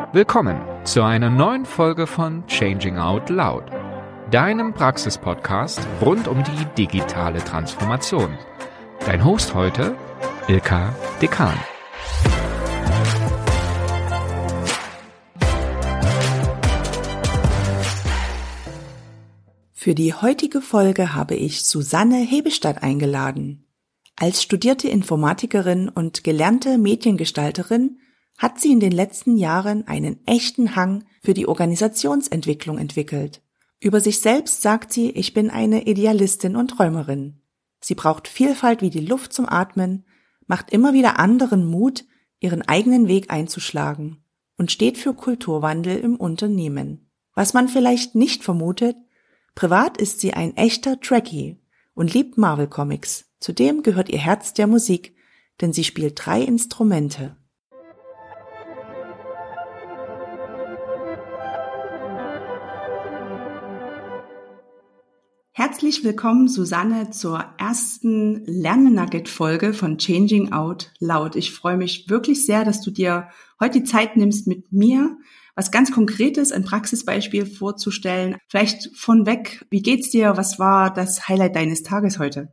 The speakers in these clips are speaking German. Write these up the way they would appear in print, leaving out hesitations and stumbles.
Willkommen zu einer neuen Folge von Changing Out Loud, deinem Praxis-Podcast rund um die digitale Transformation. Dein Host heute, Ilka Dekan. Für die heutige Folge habe ich Susanne Hebestadt eingeladen. Als studierte Informatikerin und gelernte Mediengestalterin hat sie in den letzten Jahren einen echten Hang für die Organisationsentwicklung entwickelt. Über sich selbst sagt sie, ich bin eine Idealistin und Träumerin. Sie braucht Vielfalt wie die Luft zum Atmen, macht immer wieder anderen Mut, ihren eigenen Weg einzuschlagen und steht für Kulturwandel im Unternehmen. Was man vielleicht nicht vermutet, privat ist sie ein echter Trekkie und liebt Marvel Comics. Zudem gehört ihr Herz der Musik, denn sie spielt 3 Instrumente. Herzlich willkommen, Susanne, zur ersten Lern-Nugget-Folge von Changing Out Loud. Ich freue mich wirklich sehr, dass du dir heute die Zeit nimmst, mit mir was ganz Konkretes, ein Praxisbeispiel vorzustellen. Vielleicht von weg, wie geht's dir? Was war das Highlight deines Tages heute?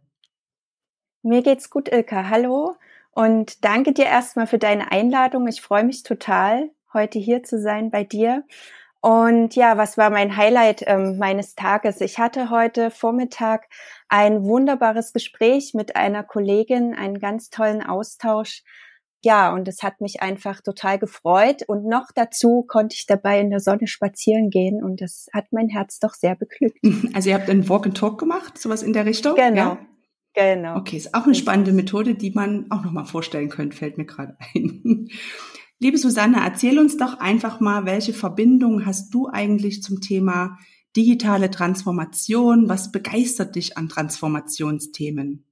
Mir geht's gut, Ilka. Hallo und danke dir erstmal für deine Einladung. Ich freue mich total, heute hier zu sein bei dir. Und ja, was war mein Highlight meines Tages? Ich hatte heute Vormittag ein wunderbares Gespräch mit einer Kollegin, einen ganz tollen Austausch. Ja, und es hat mich einfach total gefreut. Und noch dazu konnte ich dabei in der Sonne spazieren gehen und das hat mein Herz doch sehr beglückt. Also ihr habt einen Walk and Talk gemacht, sowas in der Richtung? Genau. Ja? Genau. Okay, ist auch eine spannende Methode, die man auch nochmal vorstellen könnte, fällt mir gerade ein. Liebe Susanne, erzähl uns doch einfach mal, welche Verbindung hast du eigentlich zum Thema digitale Transformation? Was begeistert dich an Transformationsthemen?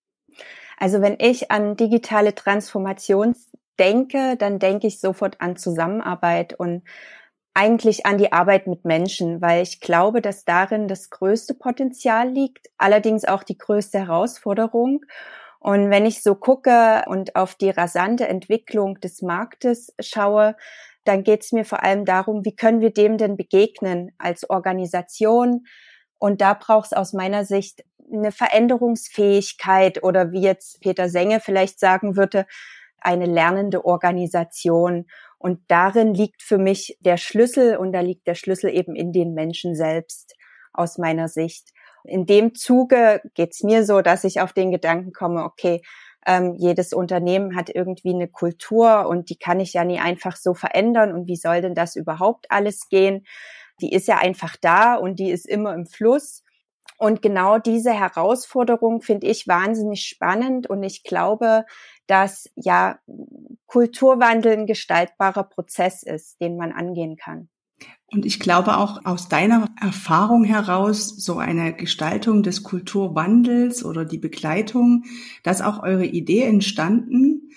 Also wenn ich an digitale Transformation denke, dann denke ich sofort an Zusammenarbeit und eigentlich an die Arbeit mit Menschen, weil ich glaube, dass darin das größte Potenzial liegt, allerdings auch die größte Herausforderung. Und wenn ich so gucke und auf die rasante Entwicklung des Marktes schaue, dann geht es mir vor allem darum, wie können wir dem denn begegnen als Organisation? Und da braucht es aus meiner Sicht eine Veränderungsfähigkeit oder wie jetzt Peter Senge vielleicht sagen würde, eine lernende Organisation. Und darin liegt für mich der Schlüssel und da liegt der Schlüssel eben in den Menschen selbst aus meiner Sicht. In dem Zuge geht's mir so, dass ich auf den Gedanken komme, okay, jedes Unternehmen hat irgendwie eine Kultur und die kann ich ja nie einfach so verändern und wie soll denn das überhaupt alles gehen? Die ist ja einfach da und die ist immer im Fluss. Und genau diese Herausforderung finde ich wahnsinnig spannend und ich glaube, dass ja Kulturwandel ein gestaltbarer Prozess ist, den man angehen kann. Und ich glaube auch aus deiner Erfahrung heraus, so eine Gestaltung des Kulturwandels oder die Begleitung, da ist auch eure Idee entstanden.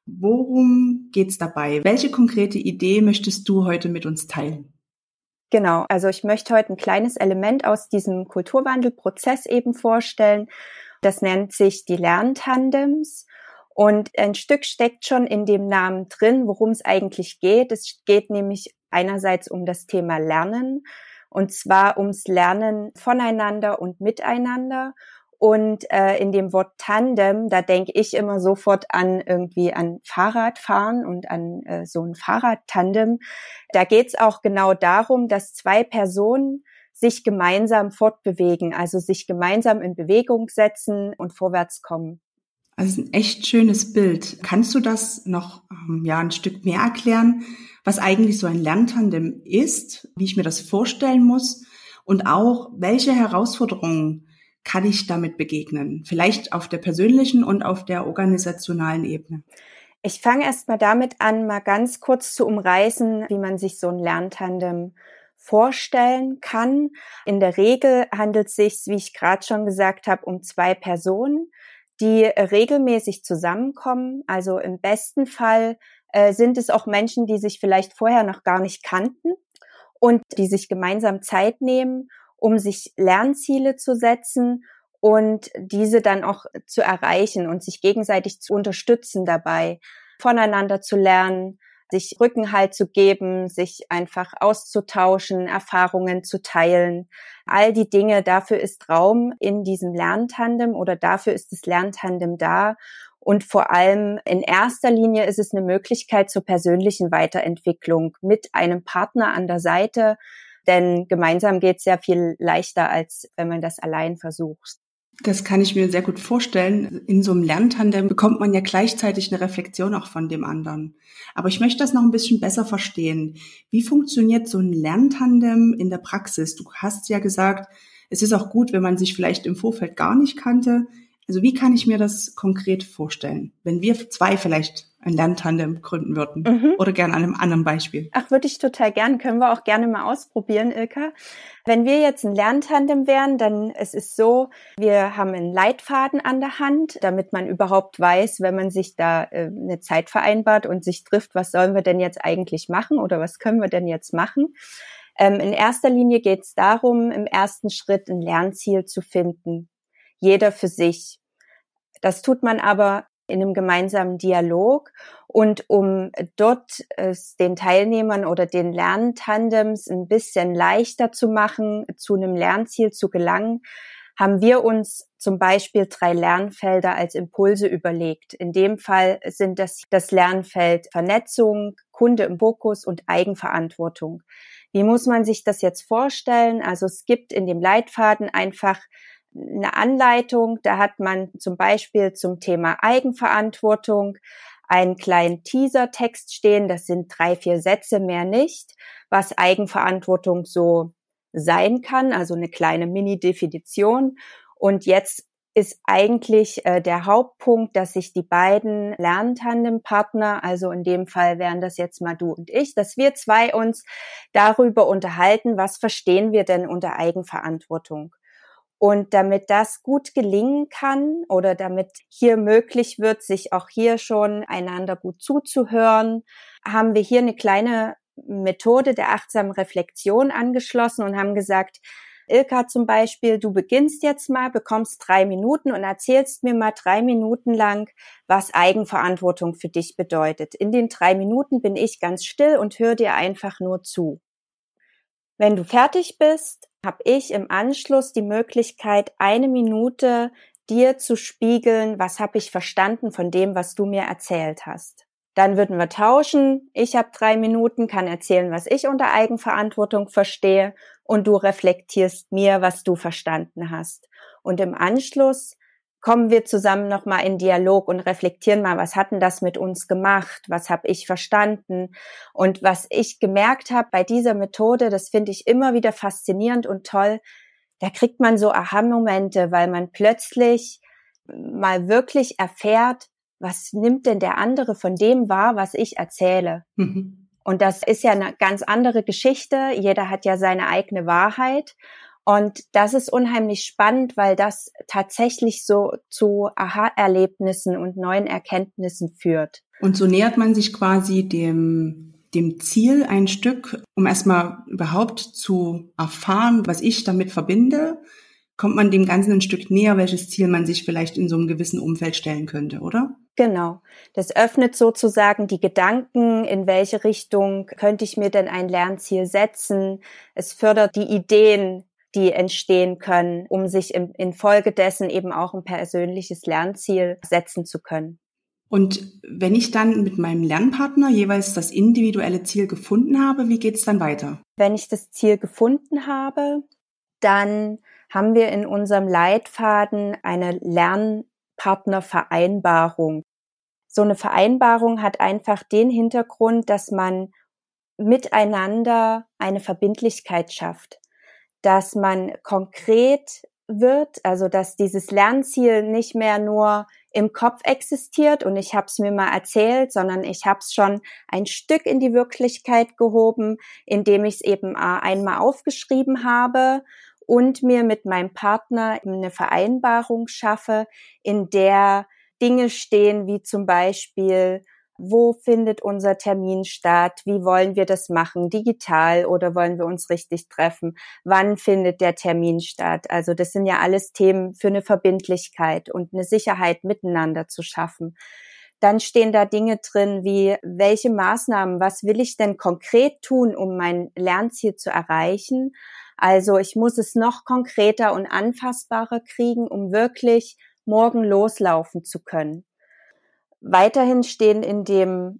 Worum geht's dabei? Welche konkrete Idee möchtest du heute mit uns teilen? Genau, also ich möchte heute ein kleines Element aus diesem Kulturwandelprozess eben vorstellen. Das nennt sich die Lerntandems. Und ein Stück steckt schon in dem Namen drin, worum es eigentlich geht. Es geht nämlich einerseits um das Thema Lernen, und zwar ums Lernen voneinander und miteinander. Und in dem Wort Tandem, da denke ich immer sofort an irgendwie an Fahrradfahren und an so ein Fahrradtandem. Da geht es auch genau darum, dass 2 Personen sich gemeinsam fortbewegen, also sich gemeinsam in Bewegung setzen und vorwärts kommen. Also es ist ein echt schönes Bild. Kannst du das noch ein Stück mehr erklären, was eigentlich so ein Lerntandem ist, wie ich mir das vorstellen muss und auch welche Herausforderungen kann ich damit begegnen? Vielleicht auf der persönlichen und auf der organisationalen Ebene. Ich fange erst mal damit an, mal ganz kurz zu umreißen, wie man sich so ein Lerntandem vorstellen kann. In der Regel handelt es sich, wie ich gerade schon gesagt habe, um 2 Personen, die regelmäßig zusammenkommen. Also im besten Fall sind es auch Menschen, die sich vielleicht vorher noch gar nicht kannten und die sich gemeinsam Zeit nehmen, um sich Lernziele zu setzen und diese dann auch zu erreichen und sich gegenseitig zu unterstützen dabei, voneinander zu lernen, sich Rückenhalt zu geben, sich einfach auszutauschen, Erfahrungen zu teilen. All die Dinge, dafür ist Raum in diesem Lerntandem oder dafür ist das Lerntandem da. Und vor allem in erster Linie ist es eine Möglichkeit zur persönlichen Weiterentwicklung mit einem Partner an der Seite, denn gemeinsam geht es ja viel leichter, als wenn man das allein versucht. Das kann ich mir sehr gut vorstellen. In so einem Lerntandem bekommt man ja gleichzeitig eine Reflexion auch von dem anderen. Aber ich möchte das noch ein bisschen besser verstehen. Wie funktioniert so ein Lerntandem in der Praxis? Du hast ja gesagt, es ist auch gut, wenn man sich vielleicht im Vorfeld gar nicht kannte. Also wie kann ich mir das konkret vorstellen, wenn wir zwei vielleicht ein Lerntandem gründen würden? Oder gerne an einem anderen Beispiel. Ach, würde ich total gern. Können wir auch gerne mal ausprobieren, Ilka. Wenn wir jetzt ein Lerntandem wären, dann es ist so, wir haben einen Leitfaden an der Hand, damit man überhaupt weiß, wenn man sich da eine Zeit vereinbart und sich trifft, was sollen wir denn jetzt eigentlich machen oder was können wir denn jetzt machen. In erster Linie geht es darum, im ersten Schritt ein Lernziel zu finden. Jeder für sich. Das tut man aber in einem gemeinsamen Dialog. Und um dort es den Teilnehmern oder den Lerntandems ein bisschen leichter zu machen, zu einem Lernziel zu gelangen, haben wir uns zum Beispiel 3 Lernfelder als Impulse überlegt. In dem Fall sind das Lernfeld Vernetzung, Kunde im Fokus und Eigenverantwortung. Wie muss man sich das jetzt vorstellen? Also es gibt in dem Leitfaden einfach eine Anleitung, da hat man zum Beispiel zum Thema Eigenverantwortung einen kleinen Teaser-Text stehen, das sind 3, 4 Sätze, mehr nicht, was Eigenverantwortung so sein kann, also eine kleine Mini-Definition. Und jetzt ist eigentlich der Hauptpunkt, dass sich die beiden Lerntandempartner, also in dem Fall wären das jetzt mal du und ich, dass wir zwei uns darüber unterhalten, was verstehen wir denn unter Eigenverantwortung. Und damit das gut gelingen kann oder damit hier möglich wird, sich auch hier schon einander gut zuzuhören, haben wir hier eine kleine Methode der achtsamen Reflexion angeschlossen und haben gesagt, Ilka zum Beispiel, du beginnst jetzt mal, bekommst 3 Minuten und erzählst mir mal 3 Minuten lang, was Eigenverantwortung für dich bedeutet. In den 3 Minuten bin ich ganz still und höre dir einfach nur zu. Wenn du fertig bist, habe ich im Anschluss die Möglichkeit, 1 Minute dir zu spiegeln, was habe ich verstanden von dem, was du mir erzählt hast. Dann würden wir tauschen. Ich habe 3 Minuten, kann erzählen, was ich unter Eigenverantwortung verstehe und du reflektierst mir, was du verstanden hast. Und im Anschluss kommen wir zusammen nochmal in Dialog und reflektieren mal, was hat denn das mit uns gemacht, was habe ich verstanden und was ich gemerkt habe bei dieser Methode, das finde ich immer wieder faszinierend und toll, da kriegt man so Aha-Momente, weil man plötzlich mal wirklich erfährt, was nimmt denn der andere von dem wahr, was ich erzähle. Und das ist ja eine ganz andere Geschichte, jeder hat ja seine eigene Wahrheit. Und das ist unheimlich spannend, weil das tatsächlich so zu Aha-Erlebnissen und neuen Erkenntnissen führt. Und so nähert man sich quasi dem Ziel ein Stück, um erstmal überhaupt zu erfahren, was ich damit verbinde, kommt man dem Ganzen ein Stück näher, welches Ziel man sich vielleicht in so einem gewissen Umfeld stellen könnte, oder? Genau. Das öffnet sozusagen die Gedanken, in welche Richtung könnte ich mir denn ein Lernziel setzen. Es fördert die Ideen, die entstehen können, um sich infolgedessen eben auch ein persönliches Lernziel setzen zu können. Und wenn ich dann mit meinem Lernpartner jeweils das individuelle Ziel gefunden habe, wie geht's dann weiter? Wenn ich das Ziel gefunden habe, dann haben wir in unserem Leitfaden eine Lernpartnervereinbarung. So eine Vereinbarung hat einfach den Hintergrund, dass man miteinander eine Verbindlichkeit schafft, dass man konkret wird, also dass dieses Lernziel nicht mehr nur im Kopf existiert und ich habe es mir mal erzählt, sondern ich habe es schon ein Stück in die Wirklichkeit gehoben, indem ich es eben einmal aufgeschrieben habe und mir mit meinem Partner eine Vereinbarung schaffe, in der Dinge stehen wie zum Beispiel, wo findet unser Termin statt? Wie wollen wir das machen? Digital oder wollen wir uns richtig treffen? Wann findet der Termin statt? Also das sind ja alles Themen für eine Verbindlichkeit und eine Sicherheit miteinander zu schaffen. Dann stehen da Dinge drin wie, welche Maßnahmen, was will ich denn konkret tun, um mein Lernziel zu erreichen? Also ich muss es noch konkreter und anfassbarer kriegen, um wirklich morgen loslaufen zu können. Weiterhin stehen in dem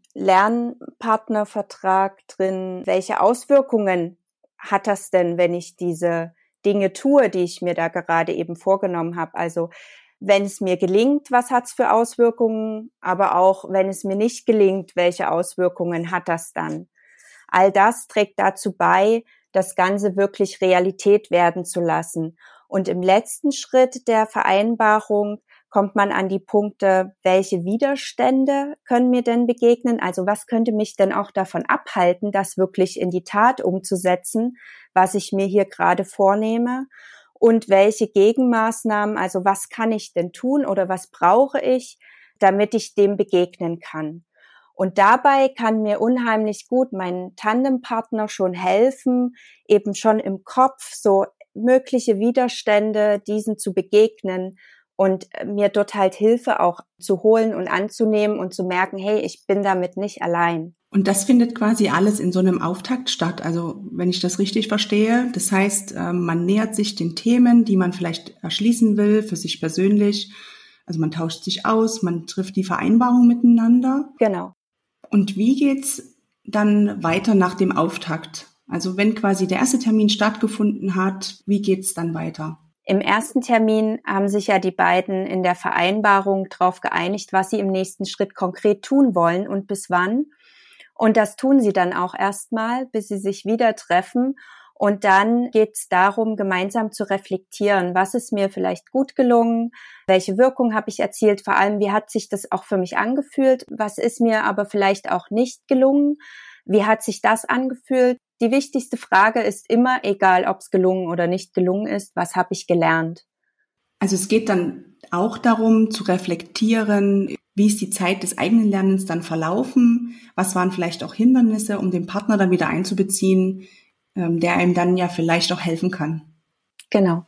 Lernpartnervertrag drin, welche Auswirkungen hat das denn, wenn ich diese Dinge tue, die ich mir da gerade eben vorgenommen habe. Also wenn es mir gelingt, was hat es für Auswirkungen, aber auch wenn es mir nicht gelingt, welche Auswirkungen hat das dann? All das trägt dazu bei, das Ganze wirklich Realität werden zu lassen. Und im letzten Schritt der Vereinbarung kommt man an die Punkte, welche Widerstände können mir denn begegnen? Also was könnte mich denn auch davon abhalten, das wirklich in die Tat umzusetzen, was ich mir hier gerade vornehme? Und welche Gegenmaßnahmen, also was kann ich denn tun oder was brauche ich, damit ich dem begegnen kann? Und dabei kann mir unheimlich gut mein Tandempartner schon helfen, eben schon im Kopf so mögliche Widerstände, diesen zu begegnen und mir dort halt Hilfe auch zu holen und anzunehmen und zu merken, hey, ich bin damit nicht allein. Und das findet quasi alles in so einem Auftakt statt. Also wenn ich das richtig verstehe, das heißt, man nähert sich den Themen, die man vielleicht erschließen will für sich persönlich. Also man tauscht sich aus, man trifft die Vereinbarung miteinander. Genau. Und wie geht's dann weiter nach dem Auftakt? Also wenn quasi der erste Termin stattgefunden hat, wie geht's dann weiter? Im ersten Termin haben sich ja die beiden in der Vereinbarung darauf geeinigt, was sie im nächsten Schritt konkret tun wollen und bis wann. Und das tun sie dann auch erstmal, bis sie sich wieder treffen. Und dann geht es darum, gemeinsam zu reflektieren, was ist mir vielleicht gut gelungen, welche Wirkung habe ich erzielt, vor allem, wie hat sich das auch für mich angefühlt, was ist mir aber vielleicht auch nicht gelungen, wie hat sich das angefühlt. Die wichtigste Frage ist immer, egal ob es gelungen oder nicht gelungen ist, was habe ich gelernt? Also es geht dann auch darum, zu reflektieren, wie ist die Zeit des eigenen Lernens dann verlaufen, was waren vielleicht auch Hindernisse, um den Partner dann wieder einzubeziehen, der einem dann ja vielleicht auch helfen kann. Genau.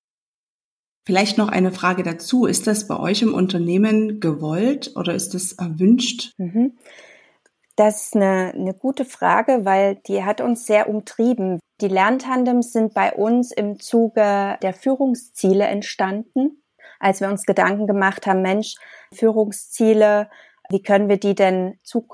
Vielleicht noch eine Frage dazu. Ist das bei euch im Unternehmen gewollt oder ist das erwünscht? Das ist eine gute Frage, weil die hat uns sehr umtrieben. Die Lerntandems sind bei uns im Zuge der Führungsziele entstanden, als wir uns Gedanken gemacht haben, Mensch, Führungsziele, wie können wir die denn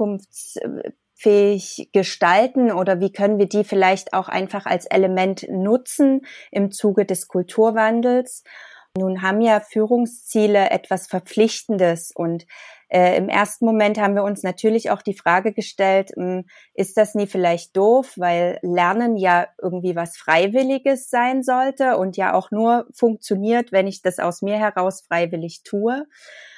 zukunftsfähig gestalten oder wie können wir die vielleicht auch einfach als Element nutzen im Zuge des Kulturwandels? Nun haben ja Führungsziele etwas Verpflichtendes und im ersten Moment haben wir uns natürlich auch die Frage gestellt, ist das nie vielleicht doof, weil Lernen ja irgendwie was Freiwilliges sein sollte und ja auch nur funktioniert, wenn ich das aus mir heraus freiwillig tue.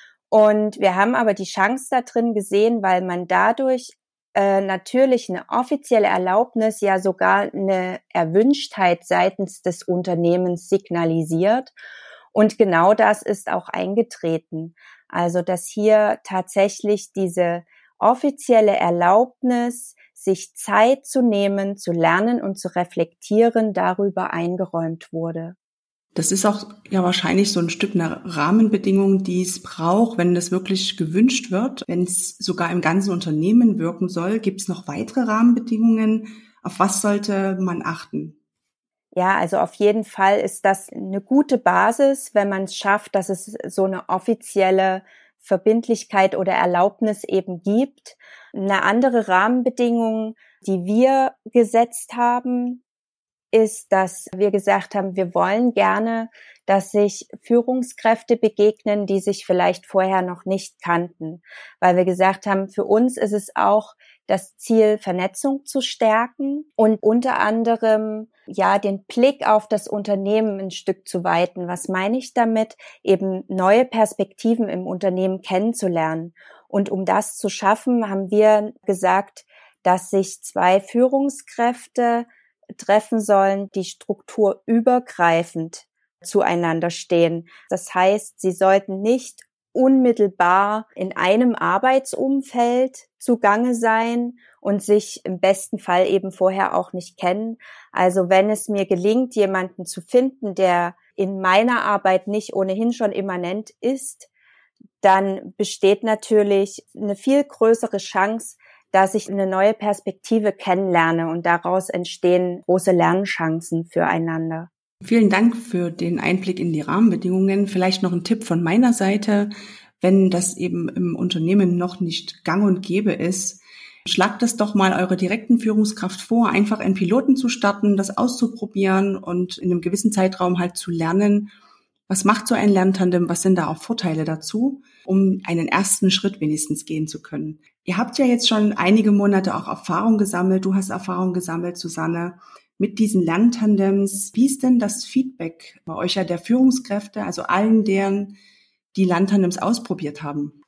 Und wir haben aber die Chance da drin gesehen, weil man dadurch natürlich eine offizielle Erlaubnis, ja sogar eine Erwünschtheit seitens des Unternehmens signalisiert. Und genau das ist auch eingetreten. Also, dass hier tatsächlich diese offizielle Erlaubnis, sich Zeit zu nehmen, zu lernen und zu reflektieren, darüber eingeräumt wurde. Das ist auch ja wahrscheinlich so ein Stück eine Rahmenbedingung, die es braucht, wenn das wirklich gewünscht wird. Wenn es sogar im ganzen Unternehmen wirken soll, gibt es noch weitere Rahmenbedingungen? Auf was sollte man achten? Ja, also auf jeden Fall ist das eine gute Basis, wenn man es schafft, dass es so eine offizielle Verbindlichkeit oder Erlaubnis eben gibt. Eine andere Rahmenbedingung, die wir gesetzt haben, ist, dass wir gesagt haben, wir wollen gerne, dass sich Führungskräfte begegnen, die sich vielleicht vorher noch nicht kannten. Weil wir gesagt haben, für uns ist es auch das Ziel, Vernetzung zu stärken und unter anderem ja den Blick auf das Unternehmen ein Stück zu weiten. Was meine ich damit? Eben neue Perspektiven im Unternehmen kennenzulernen. Und um das zu schaffen, haben wir gesagt, dass sich zwei Führungskräfte treffen sollen, die strukturübergreifend zueinander stehen. Das heißt, sie sollten nicht unmittelbar in einem Arbeitsumfeld zugange sein und sich im besten Fall eben vorher auch nicht kennen. Also wenn es mir gelingt, jemanden zu finden, der in meiner Arbeit nicht ohnehin schon immanent ist, dann besteht natürlich eine viel größere Chance, dass ich eine neue Perspektive kennenlerne und daraus entstehen große Lernchancen füreinander. Vielen Dank für den Einblick in die Rahmenbedingungen. Vielleicht noch ein Tipp von meiner Seite, wenn das eben im Unternehmen noch nicht gang und gäbe ist. Schlagt es doch mal eurer direkten Führungskraft vor, einfach einen Piloten zu starten, das auszuprobieren und in einem gewissen Zeitraum halt zu lernen. Was macht so ein Lerntandem? Was sind da auch Vorteile dazu, um einen ersten Schritt wenigstens gehen zu können? Ihr habt ja jetzt schon einige Monate auch Erfahrung gesammelt. Du hast Erfahrung gesammelt, Susanne, mit diesen Lerntandems. Wie ist denn das Feedback bei euch ja der Führungskräfte, also allen deren, die Lerntandems ausprobiert haben?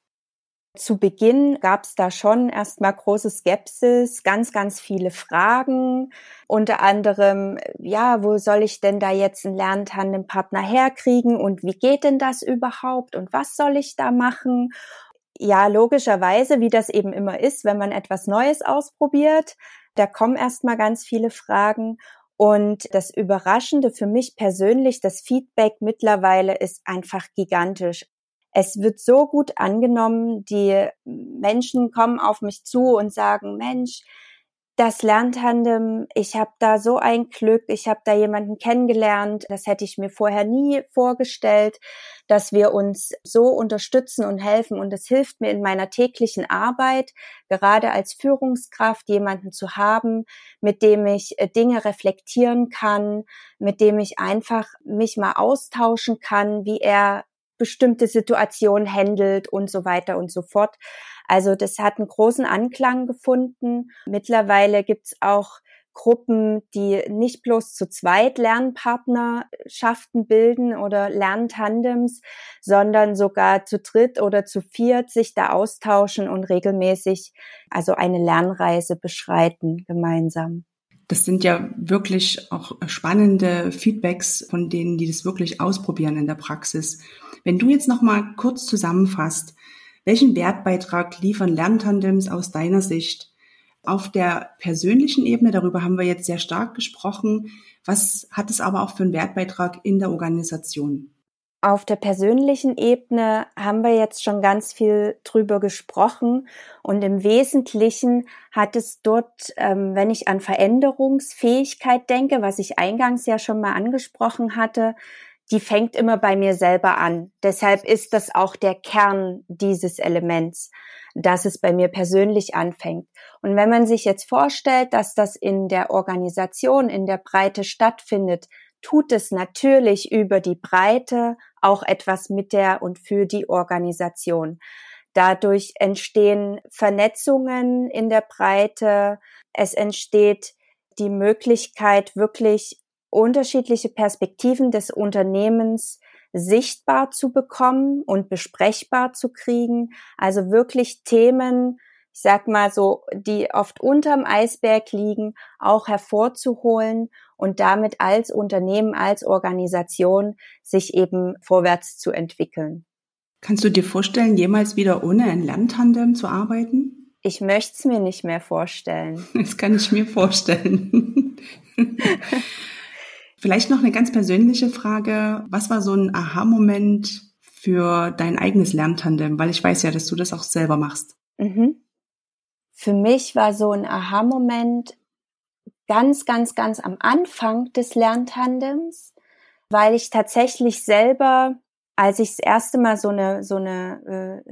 Zu Beginn gab es da schon erstmal große Skepsis, ganz, ganz viele Fragen. Unter anderem, ja, wo soll ich denn da jetzt einen Lerntandempartner herkriegen und wie geht denn das überhaupt und was soll ich da machen? Ja, logischerweise, wie das eben immer ist, wenn man etwas Neues ausprobiert, da kommen erstmal ganz viele Fragen. Und das Überraschende für mich persönlich, das Feedback mittlerweile ist einfach gigantisch. Es wird so gut angenommen, die Menschen kommen auf mich zu und sagen, Mensch, das Lerntandem, ich habe da so ein Glück, ich habe da jemanden kennengelernt, das hätte ich mir vorher nie vorgestellt, dass wir uns so unterstützen und helfen und es hilft mir in meiner täglichen Arbeit, gerade als Führungskraft jemanden zu haben, mit dem ich Dinge reflektieren kann, mit dem ich einfach mich mal austauschen kann, wie er bestimmte Situationen handelt und so weiter und so fort. Also das hat einen großen Anklang gefunden. Mittlerweile gibt's auch Gruppen, die nicht bloß zu zweit Lernpartnerschaften bilden oder Lerntandems, sondern sogar zu dritt oder zu viert sich da austauschen und regelmäßig also eine Lernreise beschreiten gemeinsam. Das sind ja wirklich auch spannende Feedbacks von denen, die das wirklich ausprobieren in der Praxis. Wenn du jetzt noch mal kurz zusammenfasst, welchen Wertbeitrag liefern Lerntandems aus deiner Sicht auf der persönlichen Ebene? Darüber haben wir jetzt sehr stark gesprochen. Was hat es aber auch für einen Wertbeitrag in der Organisation? Auf der persönlichen Ebene haben wir jetzt schon ganz viel drüber gesprochen und im Wesentlichen hat es dort, wenn ich an Veränderungsfähigkeit denke, was ich eingangs ja schon mal angesprochen hatte, die fängt immer bei mir selber an. Deshalb ist das auch der Kern dieses Elements, dass es bei mir persönlich anfängt. Und wenn man sich jetzt vorstellt, dass das in der Organisation, in der Breite stattfindet, tut es natürlich über die Breite auch etwas mit der und für die Organisation. Dadurch entstehen Vernetzungen in der Breite. Es entsteht die Möglichkeit, wirklich unterschiedliche Perspektiven des Unternehmens sichtbar zu bekommen und besprechbar zu kriegen. Also wirklich Themen, ich sag mal so, die oft unterm Eisberg liegen, auch hervorzuholen und damit als Unternehmen, als Organisation sich eben vorwärts zu entwickeln. Kannst du dir vorstellen, jemals wieder ohne ein Lerntandem zu arbeiten? Ich möchte es mir nicht mehr vorstellen. Das kann ich mir vorstellen. Vielleicht noch eine ganz persönliche Frage. Was war so ein Aha-Moment für dein eigenes Lerntandem? Weil ich weiß ja, dass du das auch selber machst. Für mich war so ein Aha-Moment ganz, ganz, ganz am Anfang des Lerntandems, weil ich tatsächlich selber, als ich das erste Mal so eine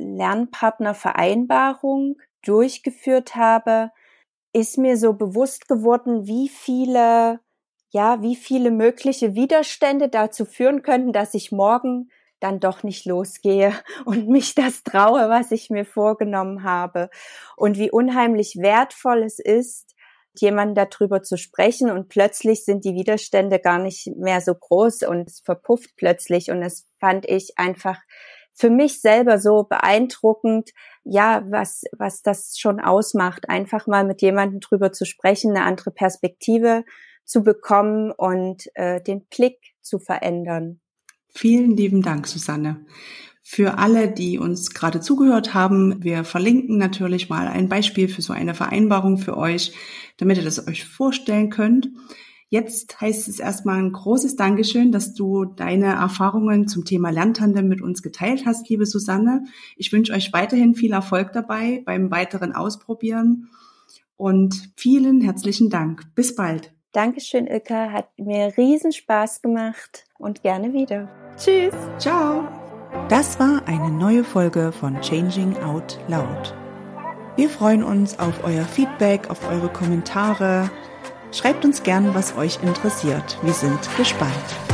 Lernpartnervereinbarung durchgeführt habe, ist mir so bewusst geworden, wie viele mögliche Widerstände dazu führen könnten, dass ich morgen dann doch nicht losgehe und mich das traue, was ich mir vorgenommen habe. Und wie unheimlich wertvoll es ist, jemandem darüber zu sprechen und plötzlich sind die Widerstände gar nicht mehr so groß und es verpufft plötzlich und das fand ich einfach für mich selber so beeindruckend, ja, was das schon ausmacht, einfach mal mit jemandem drüber zu sprechen, eine andere Perspektive zu bekommen und den Blick zu verändern. Vielen lieben Dank, Susanne. Für alle, die uns gerade zugehört haben, wir verlinken natürlich mal ein Beispiel für so eine Vereinbarung für euch, damit ihr das euch vorstellen könnt. Jetzt heißt es erstmal ein großes Dankeschön, dass du deine Erfahrungen zum Thema Lerntandem mit uns geteilt hast, liebe Susanne. Ich wünsche euch weiterhin viel Erfolg dabei beim weiteren Ausprobieren und vielen herzlichen Dank. Bis bald. Dankeschön, Ilka. Hat mir riesen Spaß gemacht und gerne wieder. Tschüss. Ciao. Das war eine neue Folge von Changing Out Loud. Wir freuen uns auf euer Feedback, auf eure Kommentare. Schreibt uns gern, was euch interessiert. Wir sind gespannt.